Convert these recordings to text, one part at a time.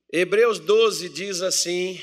Hebreus 12 diz assim,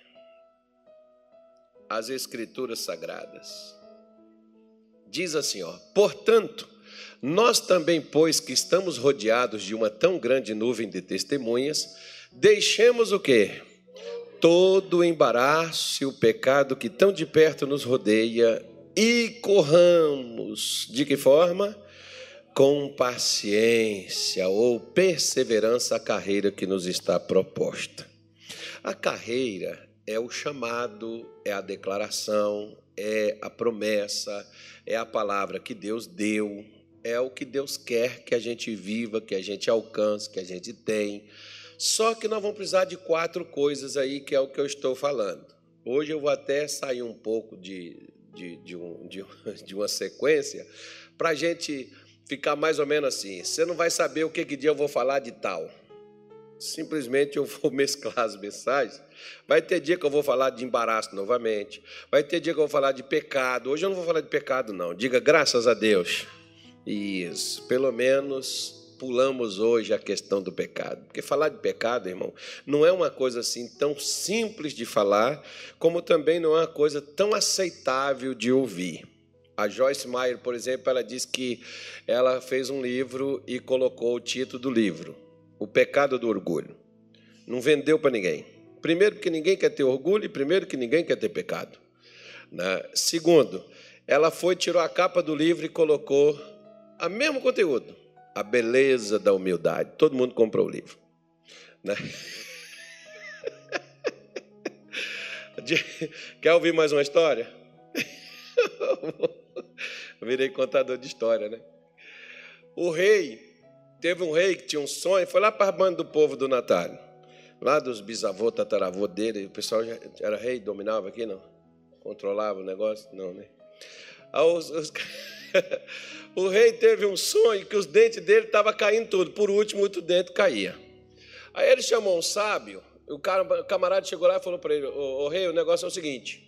as Escrituras Sagradas. Diz assim, portanto, nós também, pois que estamos rodeados de uma tão grande nuvem de testemunhas, deixemos o quê? Todo o embaraço e o pecado que tão de perto nos rodeia e corramos. De que forma? Com paciência ou perseverança a carreira que nos está proposta. A carreira é o chamado, é a declaração, é a promessa, é a palavra que Deus deu, é o que Deus quer que a gente viva, que a gente alcance, que a gente tem. Só que nós vamos precisar de 4 coisas aí, que é o que eu estou falando. Hoje eu vou até sair um pouco de uma sequência para a gente ficar mais ou menos assim. Você não vai saber o que dia eu vou falar de tal. Simplesmente eu vou mesclar as mensagens. Vai ter dia que eu vou falar de embaraço novamente. Vai ter dia que eu vou falar de pecado. Hoje eu não vou falar de pecado, não. Diga graças a Deus. Isso. Pelo menos pulamos hoje a questão do pecado. Porque falar de pecado, irmão, não é uma coisa assim tão simples de falar, como também não é uma coisa tão aceitável de ouvir. A Joyce Meyer, por exemplo, ela diz que ela fez um livro e colocou o título do livro: O Pecado do Orgulho. Não vendeu para ninguém. Primeiro, porque ninguém quer ter orgulho, e primeiro, que ninguém quer ter pecado. Segundo, ela tirou a capa do livro e colocou o mesmo conteúdo: a beleza da humildade. Todo mundo comprou o livro. Quer ouvir mais uma história? Eu virei contador de história, né? Teve um rei que tinha um sonho, foi lá para a banda do povo do Natal, lá dos bisavô, tataravô dele. O pessoal já era rei, dominava aqui, não? Controlava o negócio? Não, né? O rei teve um sonho que os dentes dele estavam caindo tudo. Por último, outro dente caía. Aí ele chamou um sábio, o camarada chegou lá e falou para ele: ô rei, o negócio é o seguinte,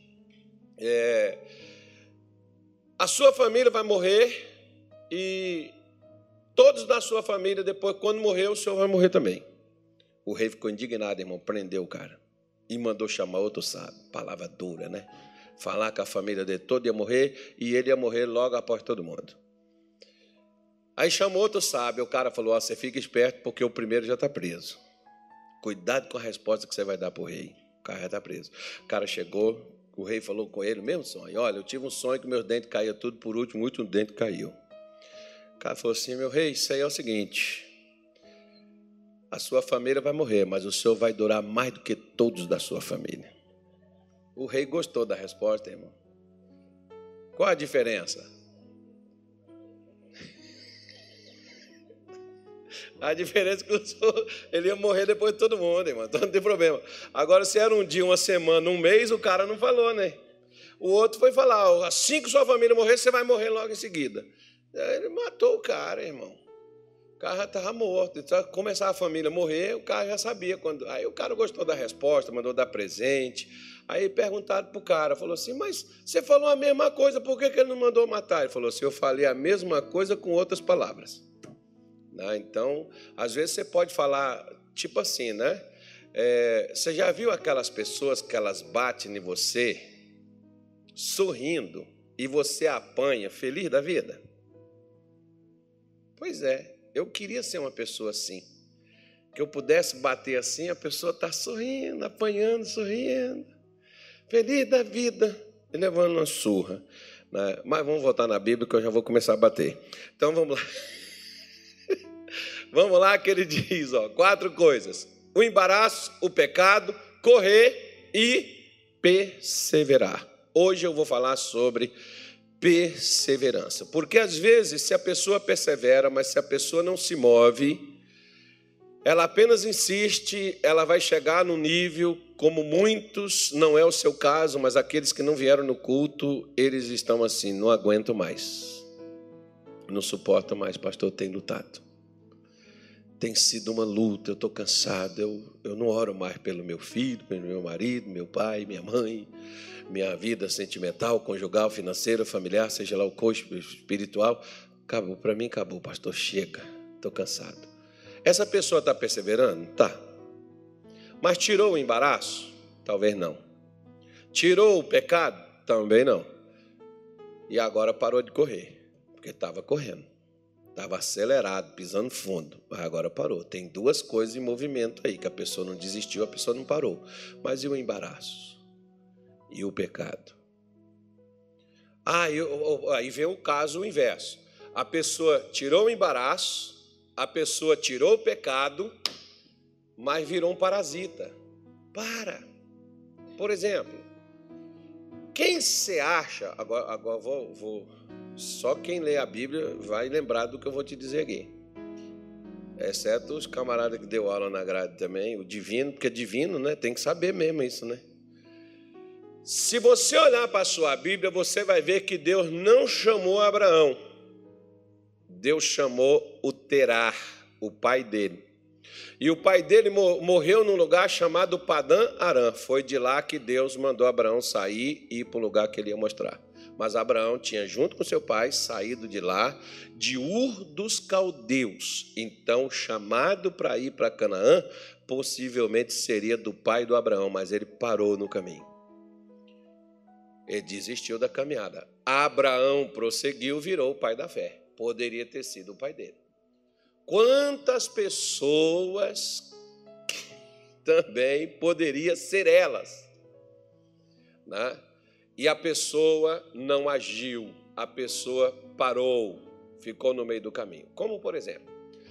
a sua família vai morrer e todos da sua família, depois, quando morrer, o senhor vai morrer também. O rei ficou indignado, irmão, prendeu o cara e mandou chamar outro sábio. Palavra dura, né? Falar que a família dele toda ia morrer e ele ia morrer logo após todo mundo. Aí chamou outro sábio, o cara falou: você fica esperto porque o primeiro já está preso. Cuidado com a resposta que você vai dar para o rei. O cara já está preso. O cara chegou, o rei falou com ele o mesmo sonho: olha, eu tive um sonho que meus dentes caíam tudo, por último, o último dente caiu. O cara falou assim: meu rei, isso aí é o seguinte, a sua família vai morrer, mas o senhor vai durar mais do que todos da sua família. O rei gostou da resposta, irmão. Qual a diferença? A diferença é que ele ia morrer depois de todo mundo, irmão. Então não tem problema. Agora, se era um dia, uma semana, um mês, o cara não falou, né? O outro foi falar: assim que sua família morrer, você vai morrer logo em seguida. Ele matou o cara, irmão. O cara já estava morto. Então, começar a família a morrer, o cara já sabia quando. Aí o cara gostou da resposta, mandou dar presente. Aí perguntaram para o cara, falou assim: mas você falou a mesma coisa, por que ele não mandou matar? Ele falou assim: eu falei a mesma coisa com outras palavras. Então, às vezes você pode falar, tipo assim, né? Você já viu aquelas pessoas que elas batem em você, sorrindo, e você apanha, feliz da vida? Pois é, eu queria ser uma pessoa assim, que eu pudesse bater assim, a pessoa está sorrindo, apanhando, sorrindo, feliz da vida, e levando uma surra. Mas vamos voltar na Bíblia, que eu já vou começar a bater. Então, vamos lá. Vamos lá, que ele diz, 4 coisas: o embaraço, o pecado, correr e perseverar. Hoje eu vou falar sobre perseverança, porque às vezes, se a pessoa persevera, mas se a pessoa não se move, ela apenas insiste, ela vai chegar no nível, como muitos, não é o seu caso, mas aqueles que não vieram no culto, eles estão assim: não aguento mais, não suporto mais, pastor, tem lutado. Tem sido uma luta, eu estou cansado, eu não oro mais pelo meu filho, pelo meu marido, meu pai, minha mãe, minha vida sentimental, conjugal, financeira, familiar, seja lá o coach, espiritual. Acabou, para mim acabou, pastor, chega, estou cansado. Essa pessoa está perseverando? Tá. Mas tirou o embaraço? Talvez não. Tirou o pecado? Também não. E agora parou de correr, porque estava correndo. Estava acelerado, pisando fundo, mas agora parou. Tem duas coisas em movimento aí, que a pessoa não desistiu, a pessoa não parou. Mas e o embaraço? E o pecado? Aí vem o caso inverso. A pessoa tirou o embaraço, a pessoa tirou o pecado, mas virou um parasita. Por exemplo, quem você acha... Agora vou só quem lê a Bíblia vai lembrar do que eu vou te dizer aqui. Exceto os camaradas que deu aula na grade também, o divino, porque é divino, né? Tem que saber mesmo isso, né? Se você olhar para a sua Bíblia, você vai ver que Deus não chamou Abraão. Deus chamou o Terar, o pai dele. E o pai dele morreu num lugar chamado Padã Arã. Foi de lá que Deus mandou Abraão sair e ir para o lugar que ele ia mostrar. Mas Abraão tinha, junto com seu pai, saído de lá, de Ur dos Caldeus. Então, chamado para ir para Canaã, possivelmente seria do pai do Abraão, mas ele parou no caminho. Ele desistiu da caminhada. Abraão prosseguiu, virou o pai da fé. Poderia ter sido o pai dele. Quantas pessoas também poderiam ser elas, né? E a pessoa não agiu, a pessoa parou, ficou no meio do caminho. Como, por exemplo,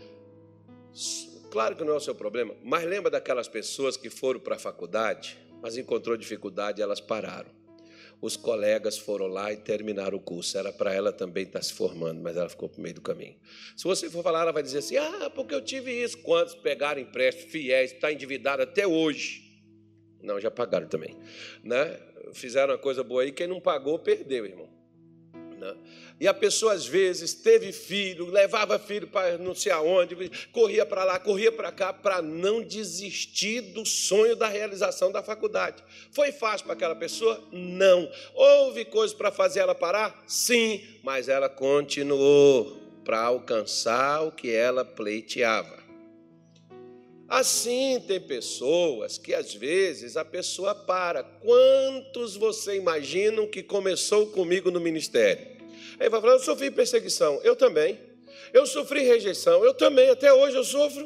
claro que não é o seu problema, mas lembra daquelas pessoas que foram para a faculdade, mas encontrou dificuldade e elas pararam. Os colegas foram lá e terminaram o curso. Era para ela também estar se formando, mas ela ficou no meio do caminho. Se você for falar, ela vai dizer assim, porque eu tive isso. Quantos pegaram empréstimo, fiéis, está endividado até hoje? Não, já pagaram também, né? Fizeram uma coisa boa aí, quem não pagou, perdeu, irmão. Né? E a pessoa, às vezes, teve filho, levava filho para não sei aonde, corria para lá, corria para cá, para não desistir do sonho da realização da faculdade. Foi fácil para aquela pessoa? Não. Houve coisas para fazer ela parar? Sim, mas ela continuou para alcançar o que ela pleiteava. Assim, tem pessoas que, às vezes, a pessoa para. Quantos você imaginam que começou comigo no ministério? Aí vai falar, eu sofri perseguição. Eu também. Eu sofri rejeição. Eu também. Até hoje eu sofro.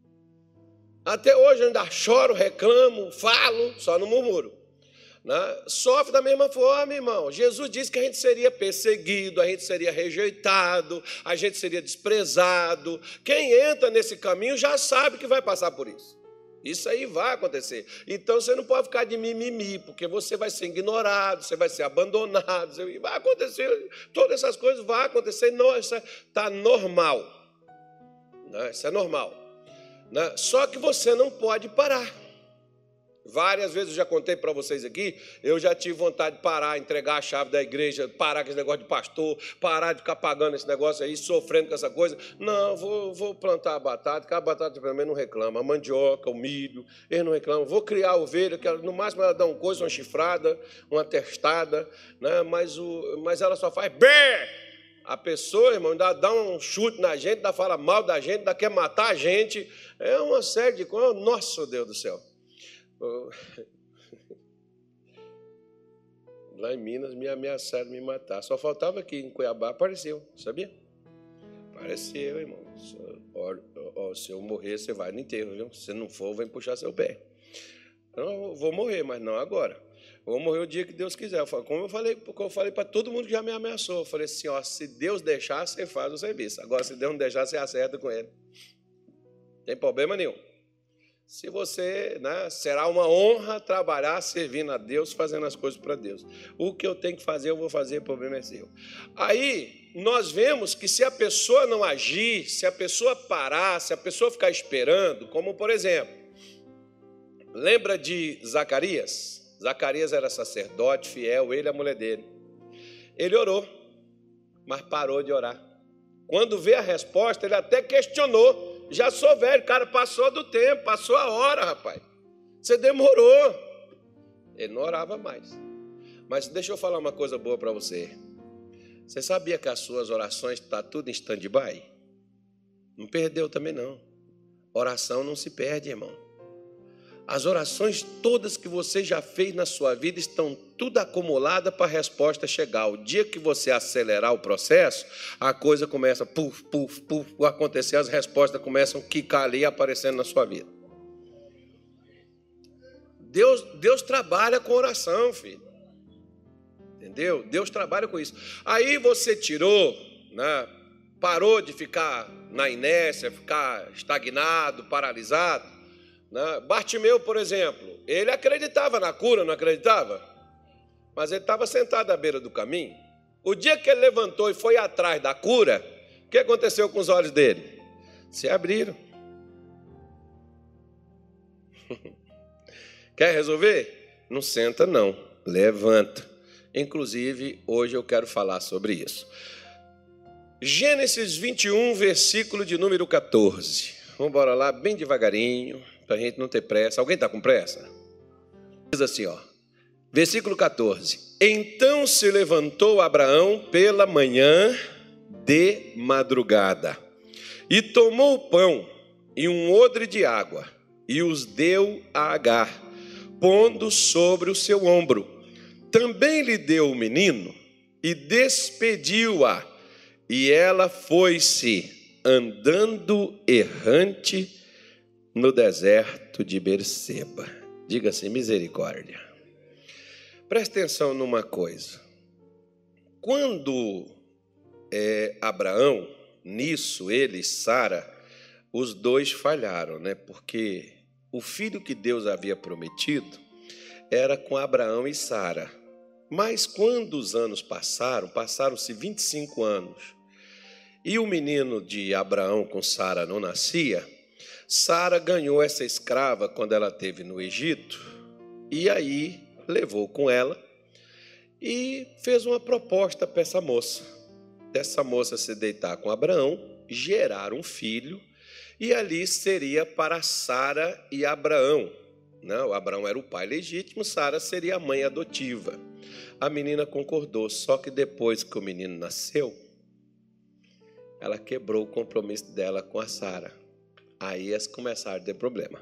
Até hoje eu ainda choro, reclamo, falo, só não murmuro. Né? Sofre da mesma forma, irmão. Jesus disse que a gente seria perseguido, a gente seria rejeitado, a gente seria desprezado. Quem entra nesse caminho já sabe que vai passar por isso. Isso aí vai acontecer. Então você não pode ficar de mimimi, porque você vai ser ignorado, você vai ser abandonado, vai acontecer, todas essas coisas vão acontecer. Não, isso está normal. Né? Isso é normal. Né? Só que você não pode parar. Várias vezes eu já contei para vocês aqui, eu já tive vontade de parar, entregar a chave da igreja, parar com esse negócio de pastor, parar de ficar pagando esse negócio aí, sofrendo com essa coisa. Não, vou plantar a batata, que a batata pelo menos não reclama. A mandioca, o milho, eles não reclamam. Vou criar a ovelha, que no máximo ela dá uma coisa, uma chifrada, uma testada, né? Mas ela só faz bé! A pessoa, irmão, ainda dá um chute na gente, ainda fala mal da gente, ainda quer matar a gente. É uma série de coisas. Nossa, Deus do céu. Lá em Minas me ameaçaram de me matar. Só faltava aqui em Cuiabá, apareceu, sabia? Apareceu, irmão. Se eu morrer, você vai no enterro, viu? Se não for, vem puxar seu pé. Eu vou morrer, mas não agora. Eu vou morrer o dia que Deus quiser. Como eu falei para todo mundo que já me ameaçou. Eu falei assim, se Deus deixar, você faz o serviço. Agora, se Deus não deixar, você acerta com ele. Não tem problema nenhum. Se você, né, será uma honra trabalhar servindo a Deus, fazendo as coisas para Deus. O que eu tenho que fazer, eu vou fazer, o problema é seu. Aí, nós vemos que se a pessoa não agir, se a pessoa parar, se a pessoa ficar esperando, como por exemplo, lembra de Zacarias? Zacarias era sacerdote, fiel, ele e a mulher dele. Ele orou, mas parou de orar. Quando vê a resposta, ele até questionou. Já sou velho, cara, passou do tempo, passou a hora, rapaz. Você demorou. Ele não orava mais. Mas deixa eu falar uma coisa boa para você. Você sabia que as suas orações estão tudo em stand-by? Não perdeu também, não. Oração não se perde, irmão. As orações todas que você já fez na sua vida estão tudo acumulada para a resposta chegar. O dia que você acelerar o processo, a coisa começa a acontecer, as respostas começam a quicar ali aparecendo na sua vida. Deus trabalha com oração, filho. Entendeu? Deus trabalha com isso. Aí você tirou, né, parou de ficar na inércia, ficar estagnado, paralisado. Bartimeu, por exemplo, ele acreditava na cura, não acreditava? Mas ele estava sentado à beira do caminho. O dia que ele levantou e foi atrás da cura, o que aconteceu com os olhos dele? Se abriram. Quer resolver? Não senta não, levanta. Inclusive, hoje eu quero falar sobre isso. Gênesis 21, versículo de número 14. Vamos embora lá, bem devagarinho, para a gente não ter pressa. Alguém está com pressa? Diz assim, ó, versículo 14. Então se levantou Abraão pela manhã de madrugada, e tomou o pão e um odre de água, e os deu a Agar, pondo sobre o seu ombro. Também lhe deu o menino, e despediu-a, e ela foi-se andando errante no deserto de Berseba. Diga-se misericórdia. Preste atenção numa coisa. Quando Abraão, nisso, ele e Sara, os dois falharam, né? Porque o filho que Deus havia prometido era com Abraão e Sara. Mas quando os anos passaram-se 25 anos, e o menino de Abraão com Sara não nascia, Sara ganhou essa escrava quando ela esteve no Egito, e aí levou com ela e fez uma proposta para essa moça. Dessa moça se deitar com Abraão, gerar um filho, e ali seria para Sara e Abraão. Não, Abraão era o pai legítimo, Sara seria a mãe adotiva. A menina concordou, só que depois que o menino nasceu, ela quebrou o compromisso dela com a Sara. Aí eles começaram a ter problema.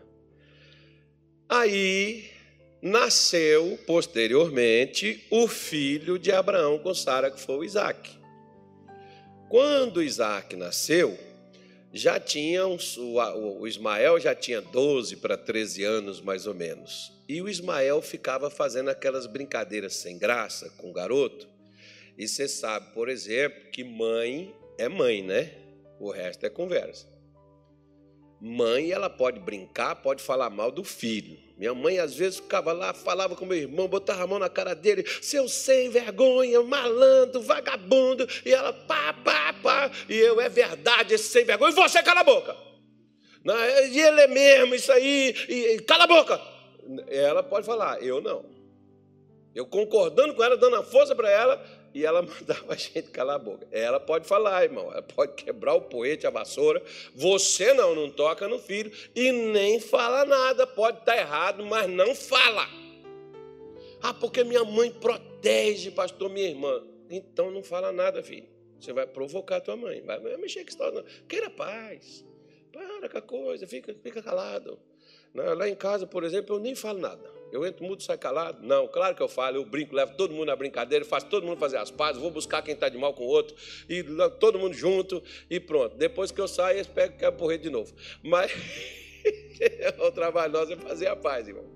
Aí nasceu, posteriormente, o filho de Abraão com Sara, que foi o Isaac. Quando Isaac nasceu, já tinha o Ismael já tinha 12 para 13 anos, mais ou menos. E o Ismael ficava fazendo aquelas brincadeiras sem graça com o garoto. E você sabe, por exemplo, que mãe é mãe, né? O resto é conversa. Mãe, ela pode brincar, pode falar mal do filho. Minha mãe, às vezes, ficava lá, falava com meu irmão, botava a mão na cara dele, seu sem vergonha, malandro, vagabundo, e ela, pá, e eu, é verdade, esse sem vergonha, e você, cala a boca. E ele é mesmo, isso aí, e cala a boca. Ela pode falar, eu não. Eu concordando com ela, dando a força para ela, e ela mandava a gente calar a boca. Ela pode falar, irmão, ela pode quebrar o poete, a vassoura. Você não toca no filho e nem fala nada. Pode estar errado, mas não fala. Ah, porque minha mãe protege, pastor, minha irmã. Então não fala nada, filho. Você vai provocar a tua mãe. Vai mexer com história, não. Queira paz. Para com a coisa, fica calado. Lá em casa, por exemplo, eu nem falo nada. Eu entro mudo, saio calado. Não, claro que eu falo, eu brinco, levo todo mundo na brincadeira, faço todo mundo fazer as pazes, vou buscar quem está de mal com o outro, e todo mundo junto, e pronto. Depois que eu saio, eles pegam e querem porrer de novo. Mas o trabalho nosso é fazer a paz, irmão.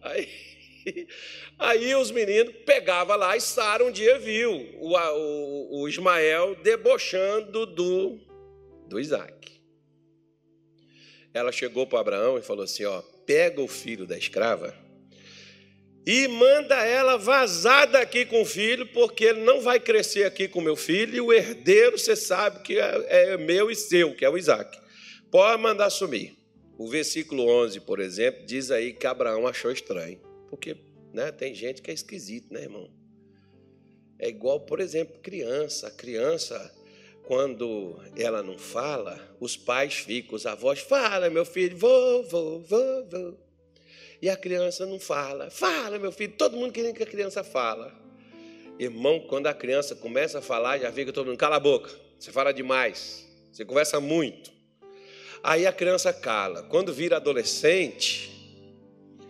Aí os meninos pegavam lá, e Sara um dia viu o Ismael debochando do Isaac. Ela chegou para Abraão e falou assim, ó, pega o filho da escrava e manda ela vazar daqui com o filho, porque ele não vai crescer aqui com meu filho, e o herdeiro, você sabe que é meu e seu, que é o Isaac. Pode mandar sumir. O versículo 11, por exemplo, diz aí que Abraão achou estranho, porque, né, tem gente que é esquisito, né, irmão? É igual, por exemplo, criança. A criança, quando ela não fala, os pais ficam, os avós, fala, meu filho, vou. E a criança não fala. Fala, meu filho, todo mundo querendo que a criança fala. Irmão, quando a criança começa a falar, já fica todo mundo, cala a boca, você fala demais, você conversa muito. Aí a criança cala. Quando vira adolescente,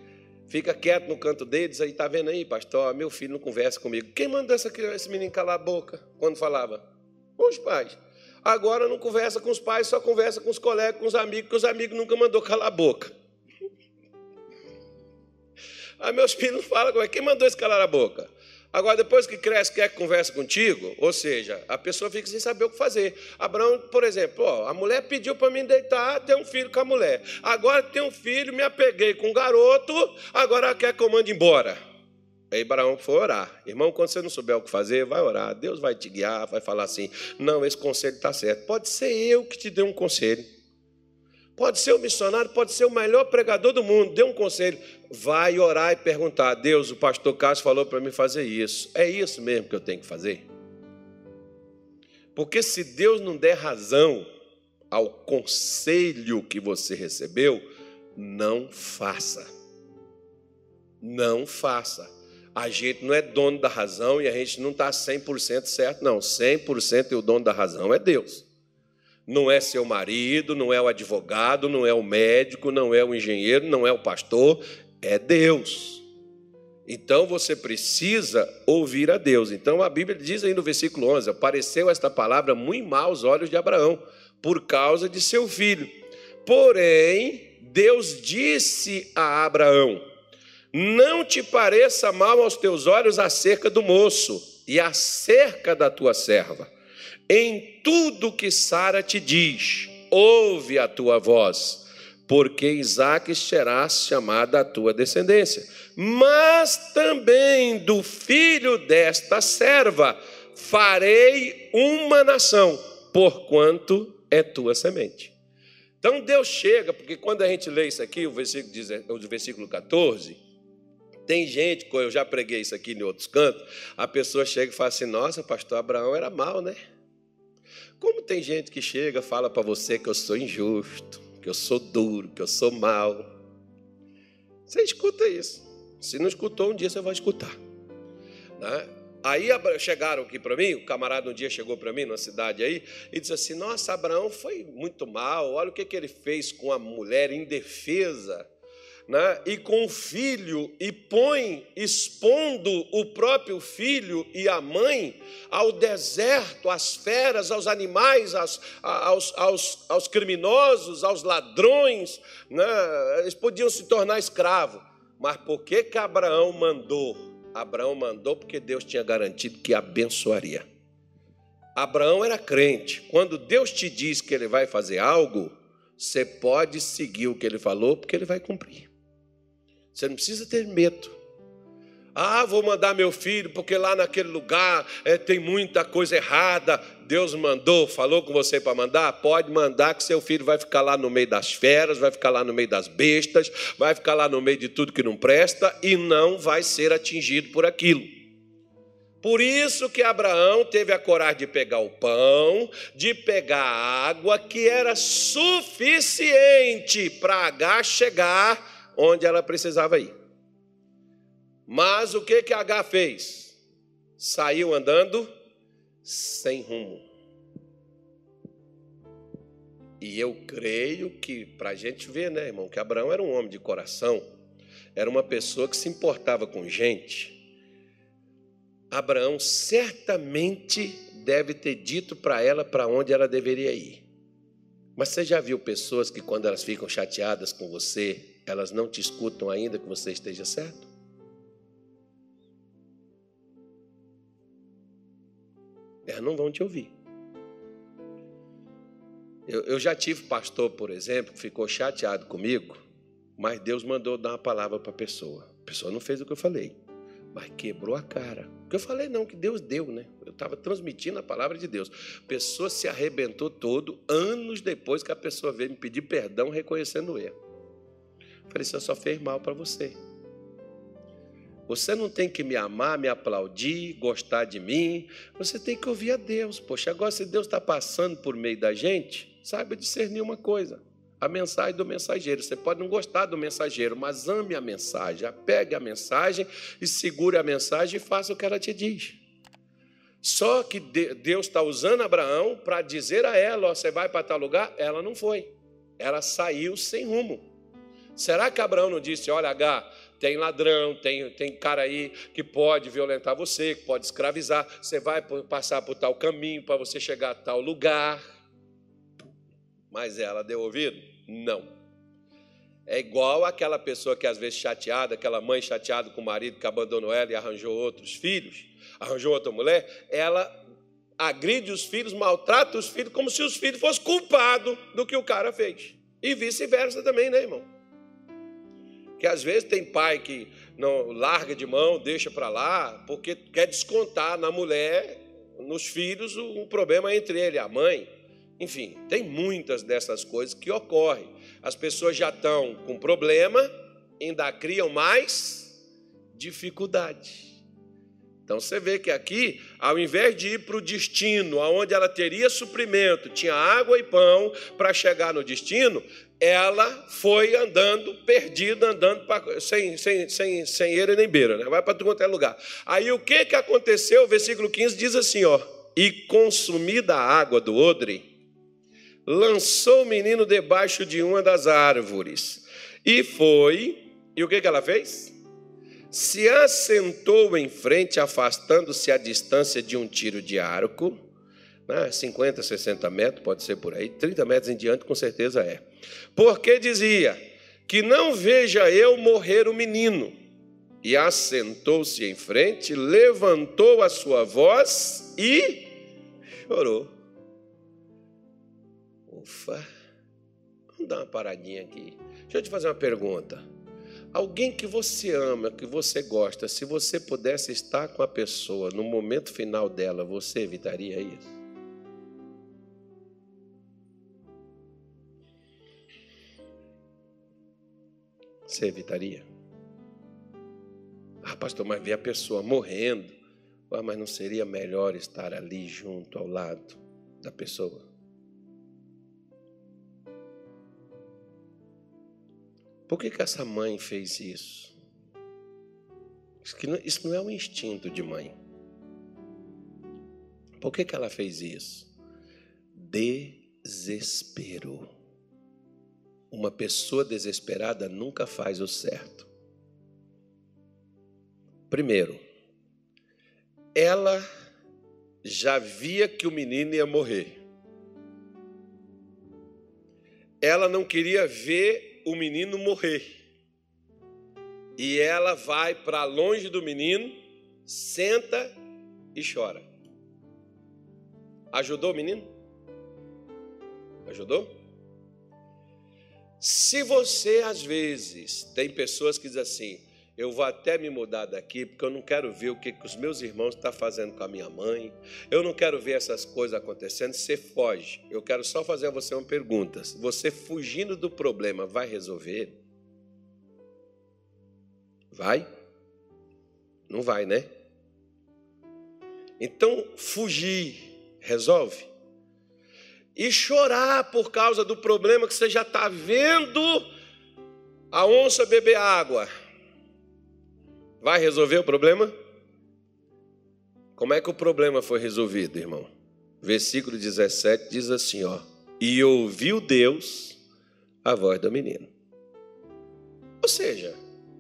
Fica quieto no canto deles, aí tá vendo aí, pastor, meu filho não conversa comigo. Quem mandou esse menino calar a boca quando falava? Os pais. Agora não conversa com os pais, só conversa com os colegas, com os amigos, que os amigos nunca mandou calar a boca. Aí meus filhos não falam, quem mandou esse calar a boca? Agora, depois que cresce, quer que converse contigo, ou seja, a pessoa fica sem saber o que fazer. Abraão, por exemplo, a mulher pediu para mim deitar, ter um filho com a mulher. Agora tem um filho, me apeguei com um garoto, agora ela quer que eu mande embora. Aí Abraão foi orar. Irmão, quando você não souber o que fazer, vai orar. Deus vai te guiar, vai falar assim, não, esse conselho está certo. Pode ser eu que te dê um conselho. Pode ser o missionário, pode ser o melhor pregador do mundo, dê um conselho. Vai orar e perguntar, Deus, o pastor Cássio falou para mim fazer isso. É isso mesmo que eu tenho que fazer? Porque se Deus não der razão ao conselho que você recebeu, não faça. Não faça. A gente não é dono da razão e a gente não está 100% certo, não. 100% o dono da razão é Deus. Não é seu marido, não é o advogado, não é o médico, não é o engenheiro, não é o pastor, é Deus. Então você precisa ouvir a Deus. Então a Bíblia diz aí no versículo 11, apareceu esta palavra muito mal aos olhos de Abraão, por causa de seu filho. Porém, Deus disse a Abraão, não te pareça mal aos teus olhos acerca do moço e acerca da tua serva. Em tudo que Sara te diz, ouve a tua voz, porque Isaque será chamada a tua descendência. Mas também do filho desta serva farei uma nação, porquanto é tua semente. Então Deus chega, porque quando a gente lê isso aqui, o versículo 14, tem gente, eu já preguei isso aqui em outros cantos, a pessoa chega e fala assim, nossa, pastor, Abraão era mau, né? Como tem gente que chega e fala para você que eu sou injusto, que eu sou duro, que eu sou mau. Você escuta isso. Se não escutou, um dia você vai escutar. Né? Aí chegaram aqui para mim, o camarada um dia chegou para mim, numa cidade aí, e disse assim, nossa, Abraão foi muito mal, olha o que ele fez com a mulher indefesa, né? E com o filho, e põe, expondo o próprio filho e a mãe ao deserto, às feras, aos animais, aos criminosos, aos ladrões, né? Eles podiam se tornar escravos. Mas por que Abraão mandou? Abraão mandou porque Deus tinha garantido que abençoaria. Abraão era crente. Quando Deus te diz que ele vai fazer algo, você pode seguir o que ele falou, porque ele vai cumprir. Você não precisa ter medo. Ah, vou mandar meu filho, porque lá naquele lugar tem muita coisa errada. Deus mandou, falou com você para mandar? Pode mandar, que seu filho vai ficar lá no meio das feras, vai ficar lá no meio das bestas, vai ficar lá no meio de tudo que não presta e não vai ser atingido por aquilo. Por isso que Abraão teve a coragem de pegar o pão, de pegar a água, que era suficiente para Agar chegar onde ela precisava ir. Mas o que Agar fez? Saiu andando sem rumo. E eu creio que, para a gente ver, né, irmão, que Abraão era um homem de coração, era uma pessoa que se importava com gente. Abraão certamente deve ter dito para ela para onde ela deveria ir. Mas você já viu pessoas que, quando elas ficam chateadas com você, elas não te escutam ainda que você esteja certo? Elas não vão te ouvir. Eu já tive pastor, por exemplo, que ficou chateado comigo, mas Deus mandou dar uma palavra para a pessoa. A pessoa não fez o que eu falei, mas quebrou a cara. O que eu falei não, que Deus deu, né? Eu estava transmitindo a palavra de Deus. A pessoa se arrebentou todo, anos depois que a pessoa veio me pedir perdão, reconhecendo o erro. Eu falei, eu só fez mal para você. Você não tem que me amar, me aplaudir, gostar de mim. Você tem que ouvir a Deus. Poxa, agora se Deus está passando por meio da gente, saiba discernir uma coisa. A mensagem do mensageiro. Você pode não gostar do mensageiro, mas ame a mensagem. Apegue a mensagem e segure a mensagem e faça o que ela te diz. Só que Deus está usando Abraão para dizer a ela, ó, você vai para tal lugar? Ela não foi. Ela saiu sem rumo. Será que Abraão não disse, olha, Agar, tem ladrão, tem cara aí que pode violentar você, que pode escravizar, você vai passar por tal caminho para você chegar a tal lugar? Mas ela deu ouvido? Não. É igual aquela pessoa que às vezes chateada, aquela mãe chateada com o marido que abandonou ela e arranjou outros filhos, arranjou outra mulher, ela agride os filhos, maltrata os filhos como se os filhos fossem culpados do que o cara fez. E vice-versa também, né, irmão? Que às vezes tem pai que não larga de mão, deixa para lá, porque quer descontar na mulher, nos filhos, o problema é entre ele e a mãe. Enfim, tem muitas dessas coisas que ocorrem. As pessoas já estão com problema, ainda criam mais dificuldade. Então você vê que aqui, ao invés de ir para o destino, onde ela teria suprimento, tinha água e pão para chegar no destino, ela foi andando perdida, andando sem eira nem beira, né? Vai para tudo quanto é lugar. Aí o que aconteceu? O versículo 15 diz assim, ó, e consumida a água do odre, lançou o menino debaixo de uma das árvores. E foi, e o que ela fez? Se assentou em frente, afastando-se a distância de um tiro de arco, 50, 60 metros, pode ser por aí, 30 metros em diante, com certeza é. Porque dizia, que não veja eu morrer o menino. E assentou-se em frente, levantou a sua voz e chorou. Ufa, vamos dar uma paradinha aqui. Deixa eu te fazer uma pergunta. Alguém que você ama, que você gosta, se você pudesse estar com a pessoa no momento final dela, você evitaria isso? Você evitaria? Ah, pastor, mas ver a pessoa morrendo. Ah, mas não seria melhor estar ali junto, ao lado da pessoa? Por que essa mãe fez isso? Isso não é um instinto de mãe. Por que ela fez isso? Desespero. Uma pessoa desesperada nunca faz o certo. Primeiro, ela já via que o menino ia morrer. Ela não queria ver o menino morrer. E ela vai para longe do menino, senta e chora. Ajudou o menino? Ajudou? Se você, às vezes, tem pessoas que dizem assim, eu vou até me mudar daqui, porque eu não quero ver o que os meus irmãos estão fazendo com a minha mãe, eu não quero ver essas coisas acontecendo, você foge. Eu quero só fazer a você uma pergunta. Você fugindo do problema, vai resolver? Vai? Não vai, né? Então, fugir resolve? E chorar por causa do problema que você já está vendo a onça beber água. Vai resolver o problema? Como é que o problema foi resolvido, irmão? Versículo 17 diz assim, ó. E ouviu Deus a voz do menino. Ou seja,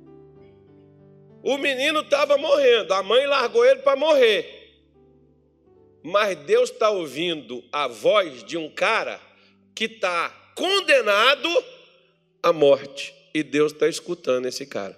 o menino estava morrendo, a mãe largou ele para morrer. Mas Deus está ouvindo a voz de um cara que está condenado à morte. E Deus está escutando esse cara.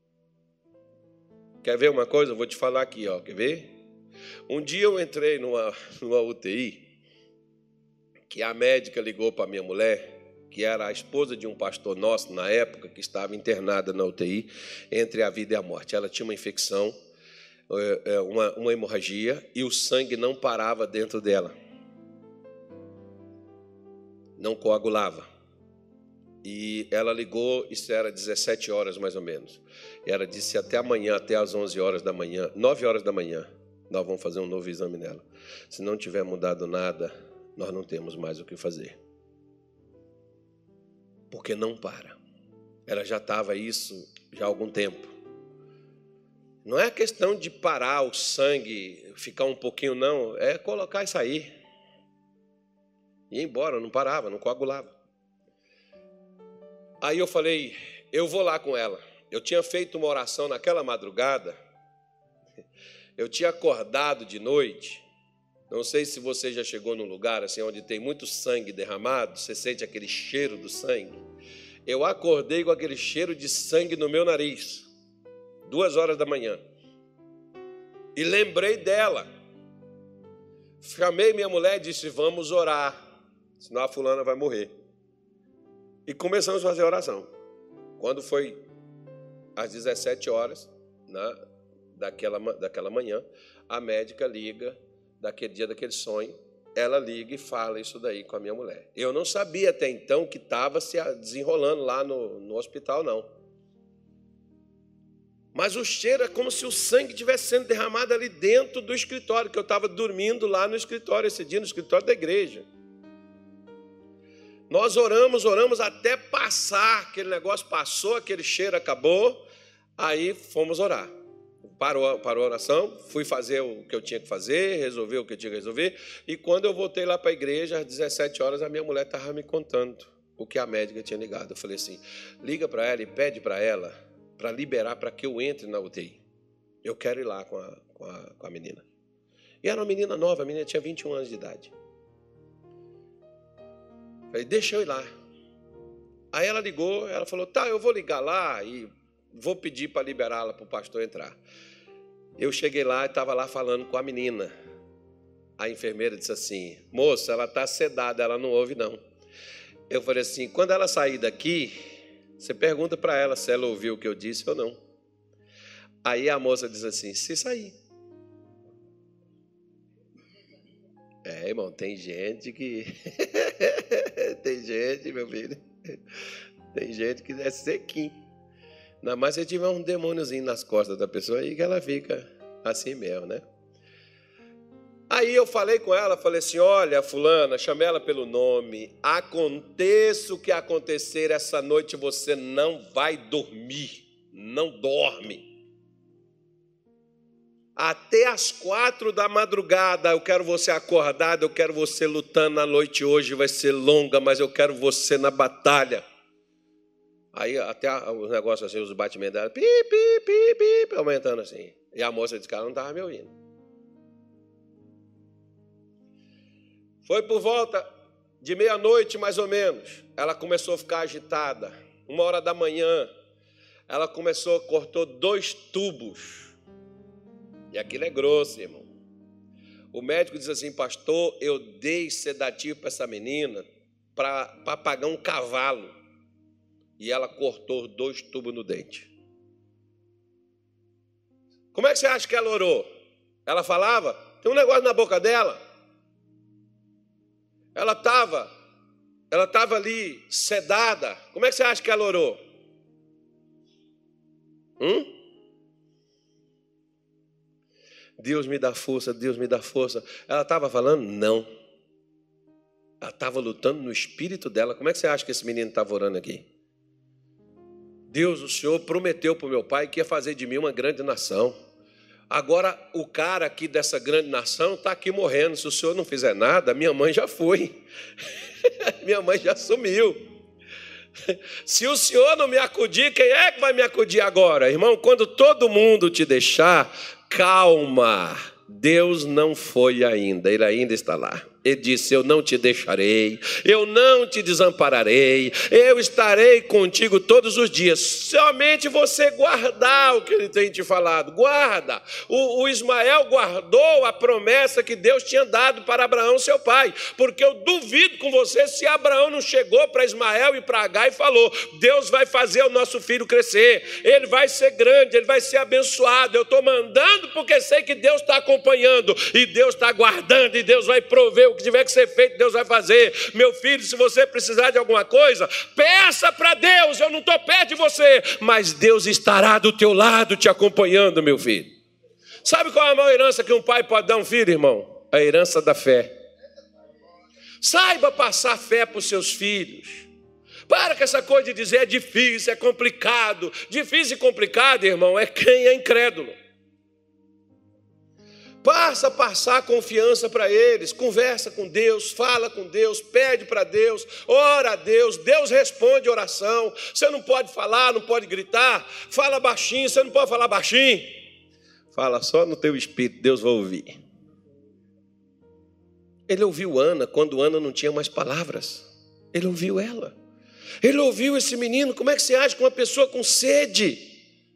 Quer ver uma coisa? Eu vou te falar aqui, ó. Quer ver? Um dia eu entrei numa UTI, que a médica ligou para minha mulher, que era a esposa de um pastor nosso na época, que estava internada na UTI, entre a vida e a morte. Ela tinha uma infecção, uma hemorragia, e o sangue não parava dentro dela. Não coagulava. E ela ligou, isso era 17 horas mais ou menos. E ela disse, até amanhã, até às 11 horas da manhã, 9 horas da manhã, nós vamos fazer um novo exame nela. Se não tiver mudado nada, nós não temos mais o que fazer. Porque não para. Ela já estava isso já há algum tempo. Não é questão de parar o sangue, ficar um pouquinho, não. É colocar e sair. E ir embora, não parava, não coagulava. Aí eu falei, eu vou lá com ela. Eu tinha feito uma oração naquela madrugada, eu tinha acordado de noite. Não sei se você já chegou num lugar assim onde tem muito sangue derramado, você sente aquele cheiro do sangue. Eu acordei com aquele cheiro de sangue no meu nariz, 2 horas da manhã, e lembrei dela. Chamei minha mulher e disse: vamos orar, senão a fulana vai morrer. E começamos a fazer oração. Quando foi às 17 horas daquela manhã, a médica liga, daquele dia, daquele sonho, ela liga e fala isso daí com a minha mulher. Eu não sabia até então que estava se desenrolando lá no hospital, não. Mas o cheiro é como se o sangue estivesse sendo derramado ali dentro do escritório, que eu estava dormindo lá no escritório esse dia, no escritório da igreja. Nós oramos até passar, aquele negócio passou, aquele cheiro acabou, aí fomos orar. Parou a oração, fui fazer o que eu tinha que fazer, resolver o que eu tinha que resolver, e quando eu voltei lá para a igreja, às 17 horas, a minha mulher estava me contando o que a médica tinha ligado. Eu falei assim: liga para ela e pede para ela para liberar para que eu entre na UTI. Eu quero ir lá com a menina. E era uma menina nova, a menina tinha 21 anos de idade. Falei: deixa eu ir lá. Aí ela ligou, ela falou: tá, eu vou ligar lá e vou pedir para liberá-la para o pastor entrar. Eu cheguei lá e estava lá falando com a menina. A enfermeira disse assim: moça, ela está sedada, ela não ouve não. Eu falei assim: quando ela sair daqui, você pergunta para ela se ela ouviu o que eu disse ou não. Aí a moça diz assim: se sair. Irmão, tem gente que... tem gente, meu filho, tem gente que é sequinho. Ainda mais se tiver um demôniozinho nas costas da pessoa aí, que ela fica assim mesmo, né? Aí eu falei com ela, falei assim: olha, fulana, chamei ela pelo nome, aconteça o que acontecer essa noite, você não vai dormir, não dorme. Até às 4 da madrugada, eu quero você acordada, eu quero você lutando. A noite hoje vai ser longa, mas eu quero você na batalha. Aí até os negócios assim, os batimentos dela, pi, pi, pi, pi, aumentando assim. E a moça disse que ela não estava me ouvindo. Foi por volta de meia-noite, mais ou menos. Ela começou a ficar agitada. 1 hora da manhã, ela cortou 2 tubos. E aquilo é grosso, irmão. O médico diz assim: pastor, eu dei sedativo para essa menina para pagar um cavalo. E ela cortou 2 tubos no dente. Como é que você acha que ela orou? Ela falava? Tem um negócio na boca dela. Ela estava ali sedada. Como é que você acha que ela orou? Deus me dá força, Deus me dá força. Ela estava falando? Não. Ela estava lutando no espírito dela. Como é que você acha que esse menino estava orando aqui? Deus, o Senhor prometeu para o meu pai que ia fazer de mim uma grande nação. Agora, o cara aqui dessa grande nação está aqui morrendo. Se o Senhor não fizer nada, minha mãe já foi. Minha mãe já sumiu. Se o Senhor não me acudir, quem é que vai me acudir agora? Irmão, quando todo mundo te deixar, calma. Deus não foi ainda, Ele ainda está lá. Ele disse: eu não te deixarei, eu não te desampararei, eu estarei contigo todos os dias. Somente você guardar o que Ele tem te falado. Guarda. O Ismael guardou a promessa que Deus tinha dado para Abraão, seu pai. Porque eu duvido com você se Abraão não chegou para Ismael e para Agar e falou: Deus vai fazer o nosso filho crescer, ele vai ser grande, ele vai ser abençoado. Eu estou mandando porque sei que Deus está acompanhando, e Deus está guardando, e Deus vai prover o que tiver que ser feito, Deus vai fazer. Meu filho, se você precisar de alguma coisa, peça para Deus. Eu não estou perto de você, mas Deus estará do teu lado te acompanhando, meu filho. Sabe qual é a maior herança que um pai pode dar a um filho, irmão? A herança da fé. Saiba passar fé para os seus filhos. Para com essa coisa de dizer é difícil, é complicado. Difícil e complicado, irmão, é quem é incrédulo. Passa a passar confiança para eles, conversa com Deus, fala com Deus, pede para Deus, ora a Deus, Deus responde oração. Você não pode falar, não pode gritar, fala baixinho, você não pode falar baixinho. Fala só no teu espírito, Deus vai ouvir. Ele ouviu Ana quando Ana não tinha mais palavras. Ele ouviu ela. Ele ouviu esse menino. Como é que você age com uma pessoa com sede?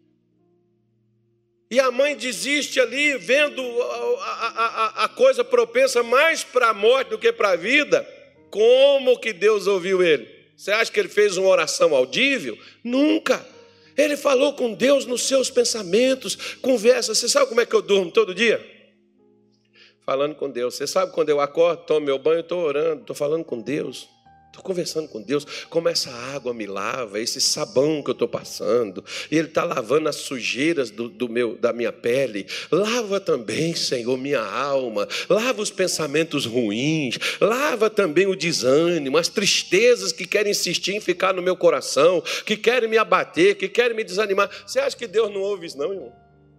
E a mãe desiste ali, vendo a coisa propensa mais para a morte do que para a vida. Como que Deus ouviu ele? Você acha que ele fez uma oração audível? Nunca. Ele falou com Deus nos seus pensamentos, conversa. Você sabe como é que eu durmo todo dia? Falando com Deus. Você sabe quando eu acordo, tomo meu banho, estou orando, estou falando com Deus. Estou conversando com Deus, como essa água me lava, esse sabão que eu estou passando, e Ele está lavando as sujeiras da minha pele. Lava também, Senhor, minha alma, lava os pensamentos ruins, lava também o desânimo, as tristezas que querem insistir em ficar no meu coração, que querem me abater, que querem me desanimar. Você acha que Deus não ouve isso, não, irmão?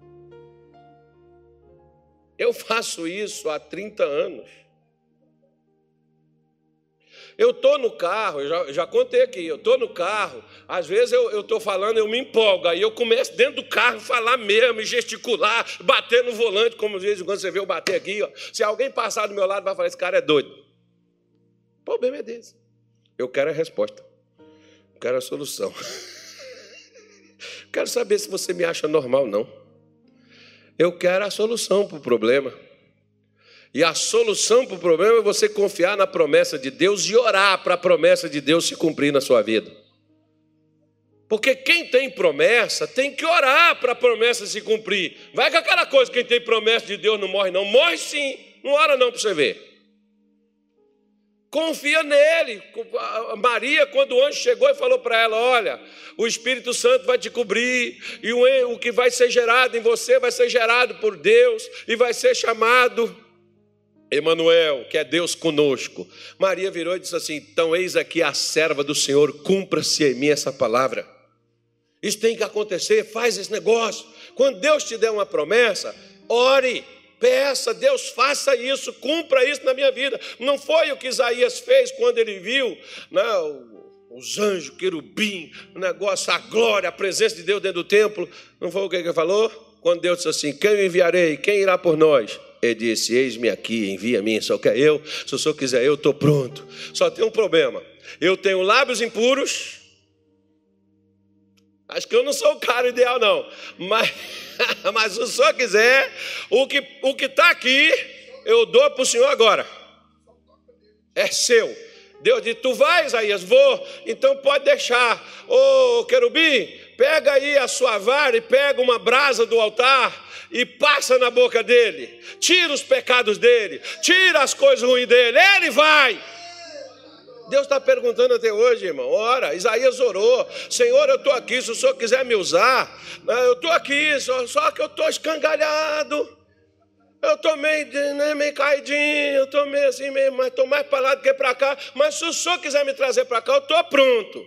Eu faço isso há 30 anos. Eu estou no carro, eu já contei aqui, eu estou no carro, às vezes eu estou falando, eu me empolgo, aí eu começo dentro do carro a falar mesmo, gesticular, bater no volante, como às vezes quando você vê eu bater aqui, ó. Se alguém passar do meu lado vai falar, esse cara é doido. O problema é desse. Eu quero a resposta, eu quero a solução. Quero saber se você me acha normal, não. Eu quero a solução para o problema. E a solução para o problema é você confiar na promessa de Deus e orar para a promessa de Deus se cumprir na sua vida. Porque quem tem promessa tem que orar para a promessa se cumprir. Vai com aquela coisa, quem tem promessa de Deus não morre não. Morre sim, não ora não para você ver. Confia nele. Maria, quando o anjo chegou e falou para ela, olha, o Espírito Santo vai te cobrir e o que vai ser gerado em você vai ser gerado por Deus e vai ser chamado Emanuel, que é Deus conosco. Maria virou e disse assim, então eis aqui a serva do Senhor, cumpra-se em mim essa palavra. Isso tem que acontecer, faz esse negócio. Quando Deus te der uma promessa, ore, peça, Deus faça isso, cumpra isso na minha vida. Não foi o que Isaías fez quando ele viu, os anjos, querubim, o negócio, a glória, a presença de Deus dentro do templo. Não foi o que ele falou? Quando Deus disse assim, quem eu enviarei? Quem irá por nós? Ele disse, eis-me aqui, envia-me, só quer eu. Se o senhor quiser, eu estou pronto. Só tem um problema. Eu tenho lábios impuros. Acho que eu não sou o cara ideal, não. Mas se o senhor quiser, o que está aqui, eu dou para o senhor agora. É seu. Deus disse, tu vai, Isaías? Vou. Então pode deixar. Ô, querubim, pega aí a sua vara e pega uma brasa do altar e passa na boca dele. Tira os pecados dele. Tira as coisas ruins dele. Ele vai. Deus está perguntando até hoje, irmão. Ora, Isaías orou. Senhor, eu estou aqui. Se o senhor quiser me usar, eu estou aqui. Só que eu estou escangalhado. Eu estou meio caidinho. Eu estou meio assim, mas estou mais para lá do que para cá. Mas se o senhor quiser me trazer para cá, eu estou pronto.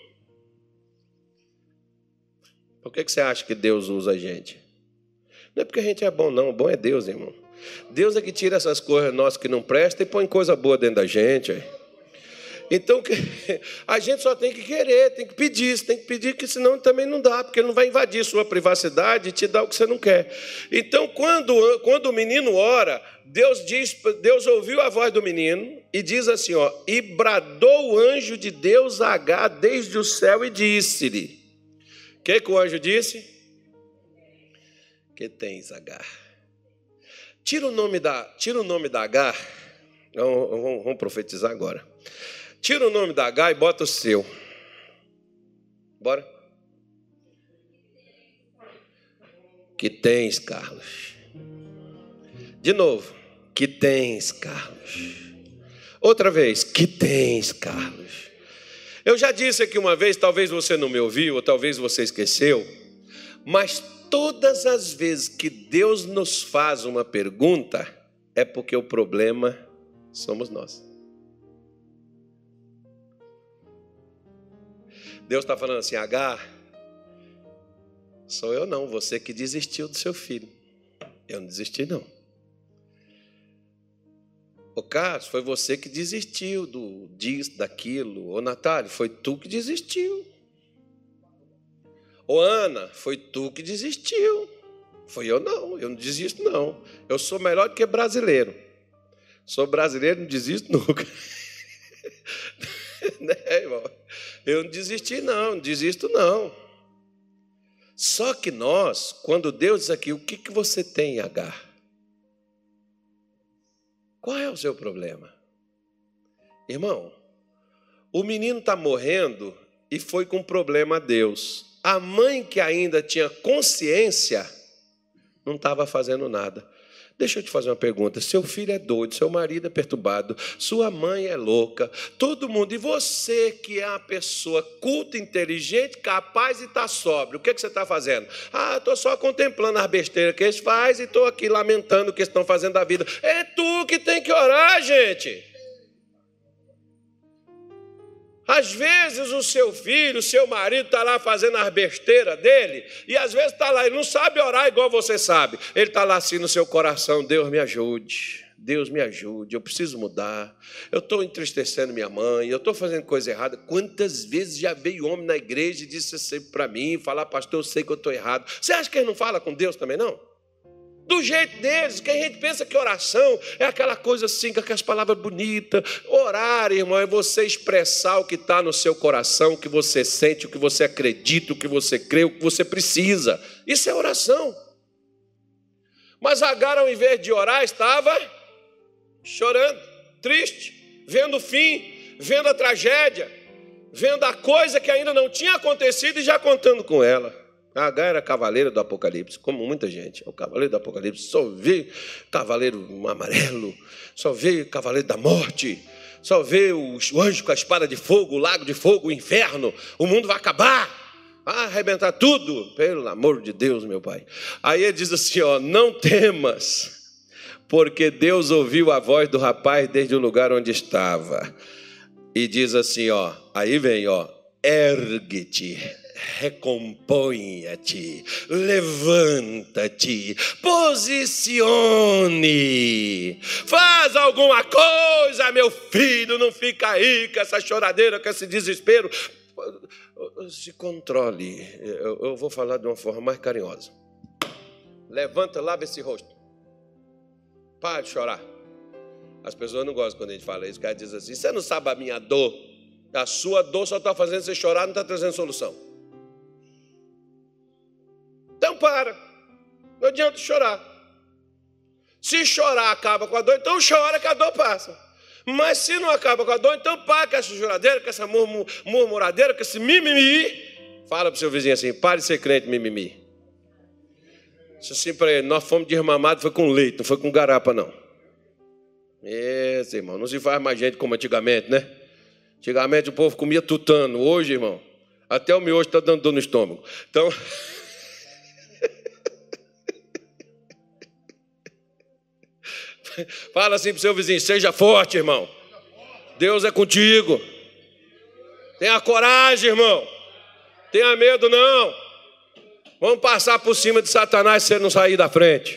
Por que você acha que Deus usa a gente? Não é porque a gente é bom, não. O bom é Deus, irmão. Deus é que tira essas coisas nossas que não prestam e põe coisa boa dentro da gente. Aí. Então, a gente só tem que querer, tem que pedir. Você tem que pedir, que senão também não dá, porque ele não vai invadir sua privacidade e te dar o que você não quer. Então, quando o menino ora, Deus ouviu a voz do menino e diz assim, ó, e bradou o anjo de Deus a Agar desde o céu e disse-lhe. O que o anjo disse? Que tens, Agar? Tira o nome da Agar. Vamos profetizar agora. Tira o nome da Agar e bota o seu. Bora? Que tens, Carlos? De novo. Que tens, Carlos? Outra vez. Que tens, Carlos? Eu já disse aqui uma vez, talvez você não me ouviu, ou talvez você esqueceu, mas todas as vezes que Deus nos faz uma pergunta, é porque o problema somos nós. Deus está falando assim, Agar, sou eu não, você que desistiu do seu filho. Eu não desisti não. Ô Carlos, foi você que desistiu disso, daquilo. Ô Natália, foi tu que desistiu. Ô Ana, foi tu que desistiu. Foi eu não desisto não. Eu sou melhor do que brasileiro. Sou brasileiro, não desisto nunca. Né, irmão? Eu não desisti não desisto não. Só que nós, quando Deus diz aqui, o que você tem, Agar? Qual é o seu problema? Irmão, o menino está morrendo e foi com problema a Deus. A mãe que ainda tinha consciência não estava fazendo nada. Deixa eu te fazer uma pergunta. Seu filho é doido, seu marido é perturbado, sua mãe é louca, todo mundo. E você que é uma pessoa culta, inteligente, capaz e está sóbrio, o que você está fazendo? Ah, estou só contemplando as besteiras que eles fazem e estou aqui lamentando o que eles estão fazendo da vida. É tu que tem que orar, gente. Às vezes o seu filho, o seu marido está lá fazendo as besteiras dele, e às vezes está lá, ele não sabe orar igual você sabe. Ele está lá assim no seu coração, Deus me ajude, eu preciso mudar, eu estou entristecendo minha mãe, eu estou fazendo coisa errada. Quantas vezes já veio homem na igreja e disse sempre para mim, falar, pastor, eu sei que eu estou errado. Você acha que ele não fala com Deus também, não? Do jeito deles, que a gente pensa que oração é aquela coisa assim, com aquelas palavras bonitas. Orar, irmão, é você expressar o que está no seu coração, o que você sente, o que você acredita, o que você crê, o que você precisa. Isso é oração. Mas Agar, ao invés de orar, estava chorando, triste, vendo o fim, vendo a tragédia, vendo a coisa que ainda não tinha acontecido e já contando com ela. Agar era cavaleiro do Apocalipse, como muita gente. É o cavaleiro do Apocalipse. Só vê cavaleiro amarelo, só vê cavaleiro da morte, só vê o anjo com a espada de fogo, o lago de fogo, o inferno. O mundo vai acabar, vai arrebentar tudo. Pelo amor de Deus, meu pai. Aí ele diz assim, ó, não temas, porque Deus ouviu a voz do rapaz desde o lugar onde estava. E diz assim, ó, aí vem, ó, ergue-te, recomponha-te, levanta-te, posicione, faz alguma coisa, meu filho, não fica aí com essa choradeira, com esse desespero. Se controle. Eu vou falar de uma forma mais carinhosa. Levanta, lava esse rosto. Para de chorar. As pessoas não gostam quando a gente fala isso. O cara diz assim, você não sabe a minha dor. A sua dor só está fazendo você chorar, não está trazendo solução. Então para. Não adianta chorar. Se chorar acaba com a dor, então chora que a dor passa. Mas se não acaba com a dor, então para com essa choradeira, com essa murmuradeira, com esse mimimi. Fala para o seu vizinho assim, pare de ser crente, mimimi. Isso assim para ele, nós fomos desmamados, foi com leite, não foi com garapa não. Esse, irmão, não se faz mais gente como antigamente, né? Antigamente o povo comia tutano, hoje, irmão, até o miojo está dando dor no estômago. Então... Fala assim para o seu vizinho, seja forte, irmão. Deus é contigo. Tenha coragem, irmão. Tenha medo, não. Vamos passar por cima de Satanás se ele não sair da frente.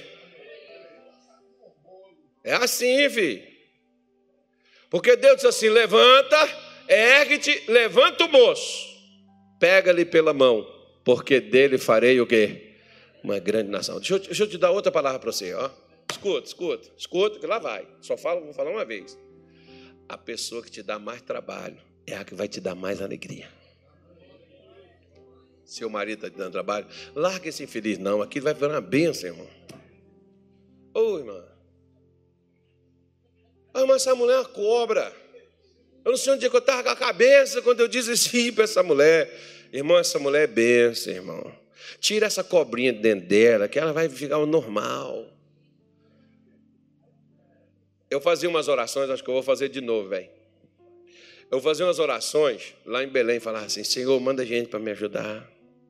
É assim, filho. Porque Deus diz assim, levanta, ergue-te, levanta o moço. Pega-lhe pela mão, porque dele farei o quê? Uma grande nação. Deixa eu te dar outra palavra para você, ó. Escuta, que lá vai. Vou falar uma vez. A pessoa que te dá mais trabalho é a que vai te dar mais alegria. Seu marido está te dando trabalho, larga esse infeliz, não. Aqui vai virar uma bênção, irmão. Ô, irmã. Ah, mas essa mulher é uma cobra. Eu não sei onde é que eu estava com a cabeça quando eu disse assim para essa mulher. Irmão, essa mulher é bênção, irmão. Tira essa cobrinha de dentro dela, que ela vai ficar normal. Eu fazia umas orações, acho que eu vou fazer de novo, velho. Eu fazia umas orações lá em Belém, falava assim, Senhor, manda gente para me ajudar.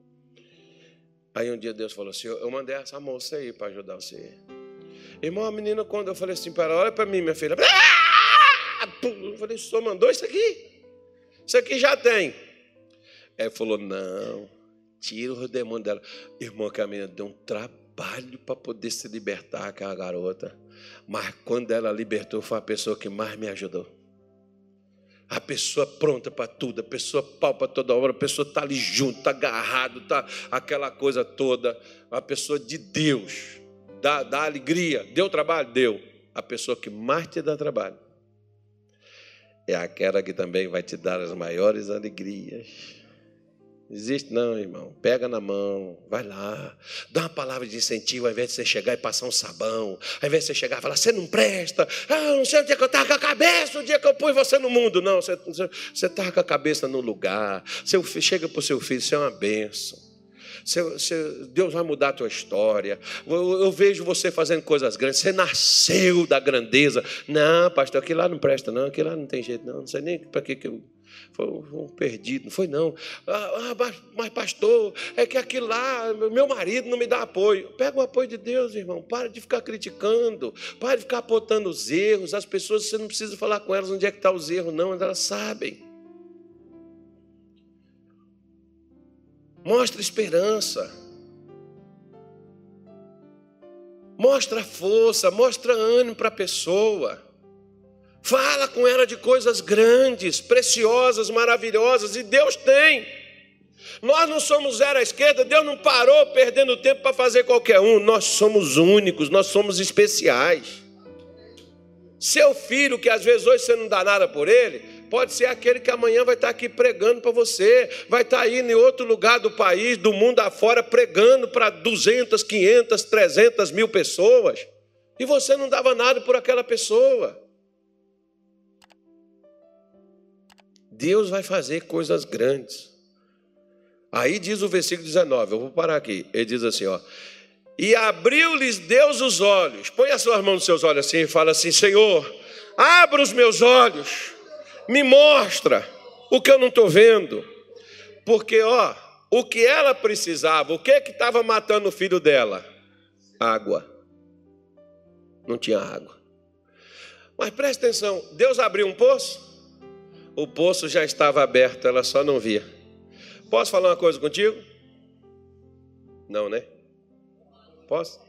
Aí um dia Deus falou assim, eu mandei essa moça aí para ajudar você. Irmão, a menina, quando eu falei assim para ela, olha para mim, minha filha. Eu falei, o senhor mandou isso aqui? Isso aqui já tem. Aí ele falou, não, tira o demônio dela. Irmão, que a menina deu um trabalho. trabalho para poder se libertar aquela garota. Mas quando ela libertou, foi a pessoa que mais me ajudou. A pessoa pronta para tudo, a pessoa pau para toda hora, a pessoa está ali junto, está agarrado, está aquela coisa toda. A pessoa de Deus, dá alegria. Deu trabalho? Deu. A pessoa que mais te dá trabalho é aquela que também vai te dar as maiores alegrias. Existe não, irmão. Pega na mão, vai lá, dá uma palavra de incentivo, ao invés de você chegar e passar um sabão, ao invés de você chegar e falar, você não presta, não sei o dia que eu estava com a cabeça, o dia que eu pus você no mundo. Não, você estava com a cabeça no lugar. Você chega para o seu filho, isso é uma bênção. Deus vai mudar a tua história. Eu vejo você fazendo coisas grandes. Você nasceu da grandeza. Não, pastor, aquilo lá não presta, não. Aquilo lá não tem jeito, não. Não sei nem para que eu... Foi um perdido, não foi não. Mas pastor, é que aquilo lá, meu marido não me dá apoio. Pega o apoio de Deus, irmão. Para de ficar criticando. Para de ficar apontando os erros. As pessoas, você não precisa falar com elas onde é que estão os erros, não. Elas sabem. Mostra esperança. Mostra força, mostra ânimo para a pessoa. Fala com ela de coisas grandes, preciosas, maravilhosas, e Deus tem. Nós não somos zero à esquerda, Deus não parou perdendo tempo para fazer qualquer um. Nós somos únicos, nós somos especiais. Seu filho, que às vezes hoje você não dá nada por ele, pode ser aquele que amanhã vai estar aqui pregando para você, vai estar aí em outro lugar do país, do mundo afora, pregando para 200, 500, 300 mil pessoas, e você não dava nada por aquela pessoa. Deus vai fazer coisas grandes. Aí diz o versículo 19, eu vou parar aqui, ele diz assim, ó, e abriu-lhes Deus os olhos. Põe as suas mãos nos seus olhos assim e fala assim, Senhor, abra os meus olhos, me mostra o que eu não estou vendo. Porque, ó, o que ela precisava, o que estava matando o filho dela? Água. Não tinha água. Mas presta atenção, Deus abriu um poço? O poço já estava aberto, ela só não via. Posso falar uma coisa contigo? Não, né? Posso?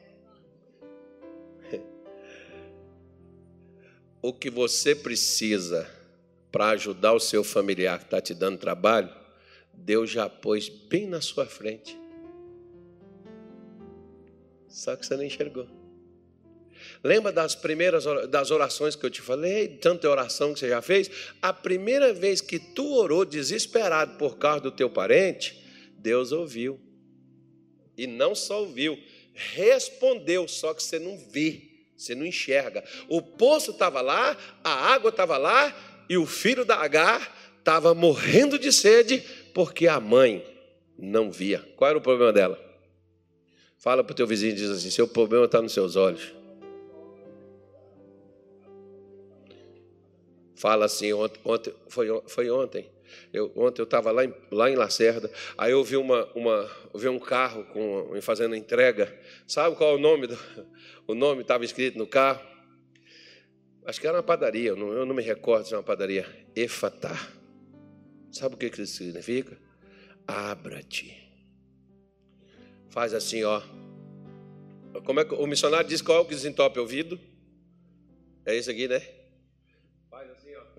O que você precisa para ajudar o seu familiar que está te dando trabalho, Deus já pôs bem na sua frente. Só que você não enxergou. Lembra das orações que eu te falei? Tanta oração que você já fez? A primeira vez que tu orou desesperado por causa do teu parente, Deus ouviu. E não só ouviu, respondeu, só que você não vê, você não enxerga. O poço estava lá, a água estava lá, e o filho da Agar estava morrendo de sede, porque a mãe não via. Qual era o problema dela? Fala para o teu vizinho e diz assim, seu problema está nos seus olhos. Fala assim, foi ontem. Ontem eu estava lá em Lacerda, aí eu vi um carro fazendo entrega. Sabe qual é o nome? O nome estava escrito no carro. Acho que era uma padaria, eu não me recordo se é uma padaria. Efatá. Sabe o que isso significa? Abra-te. Faz assim, ó. Como é que o missionário diz qual é o que desentope o ouvido? É isso aqui, né? Faz assim, ó.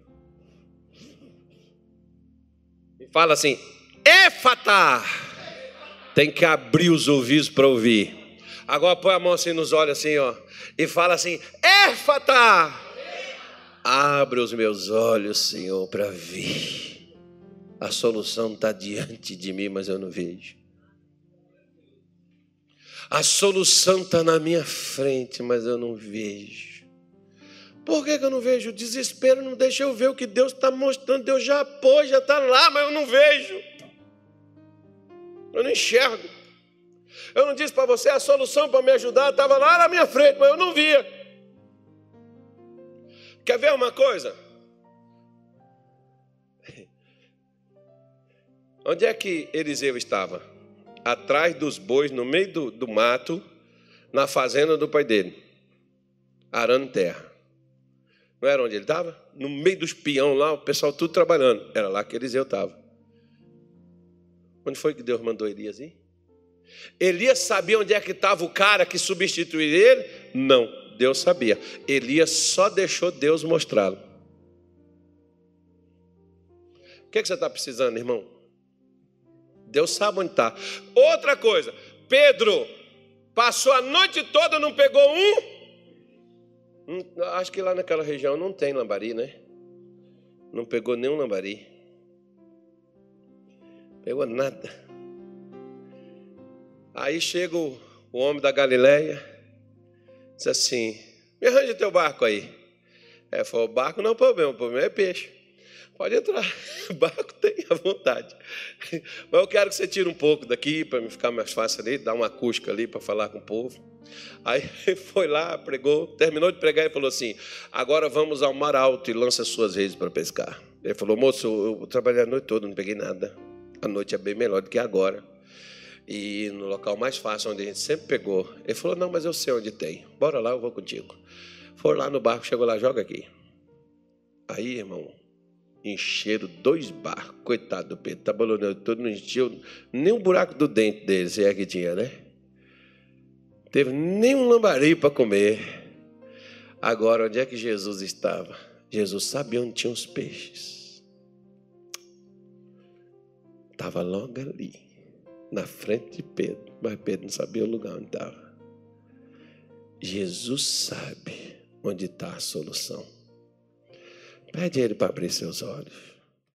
E fala assim, Efatá. Tem que abrir os ouvidos para ouvir. Agora põe a mão assim nos olhos, assim, ó. E fala assim, Efatá. Abre os meus olhos, Senhor, para ver. A solução está diante de mim, mas eu não vejo. A solução está na minha frente, mas eu não vejo. Por que eu não vejo? O desespero não deixa eu ver o que Deus está mostrando. Deus já pôs, já está lá, mas eu não vejo. Eu não enxergo. Eu não disse para você, a solução para me ajudar estava lá na minha frente, mas eu não via. Quer ver uma coisa? Onde é que Eliseu estava? Atrás dos bois, no meio do mato, na fazenda do pai dele, arando terra. Não era onde ele estava? No meio dos peão lá, o pessoal tudo trabalhando. Era lá que Eliseu estava. Onde foi que Deus mandou Elias ir? Elias sabia onde é que estava o cara que substituiria ele? Não, Deus sabia. Elias só deixou Deus mostrá-lo. O que você está precisando, irmão? Deus sabe onde está. Outra coisa, Pedro passou a noite toda, não pegou acho que lá naquela região não tem lambari, né? Não pegou nenhum lambari. Pegou nada. Aí chega o homem da Galileia, diz assim: me arranja teu barco aí. Falou: barco não é problema, o problema é peixe. Pode entrar, barco tem à vontade. Mas eu quero que você tire um pouco daqui para me ficar mais fácil ali, dar uma acústica ali para falar com o povo. Aí foi lá, pregou, terminou de pregar e falou assim: agora vamos ao mar alto e lança suas redes para pescar. Ele falou: moço, eu trabalhei a noite toda, não peguei nada. A noite é bem melhor do que agora. E no local mais fácil, onde a gente sempre pegou. Ele falou: não, mas eu sei onde tem. Bora lá, eu vou contigo. Foram lá no barco, chegou lá: joga aqui. Aí, irmão, encheram 2 barcos. Coitado do Pedro, trabalhou todo, não encheu nem o buraco do dente dele, se é que tinha, né? Teve nem um lambari para comer. Agora, onde é que Jesus estava? Jesus sabia onde tinham os peixes. Estava logo ali, na frente de Pedro, mas Pedro não sabia o lugar onde estava. Jesus sabe onde está a solução. Pede a Ele para abrir seus olhos.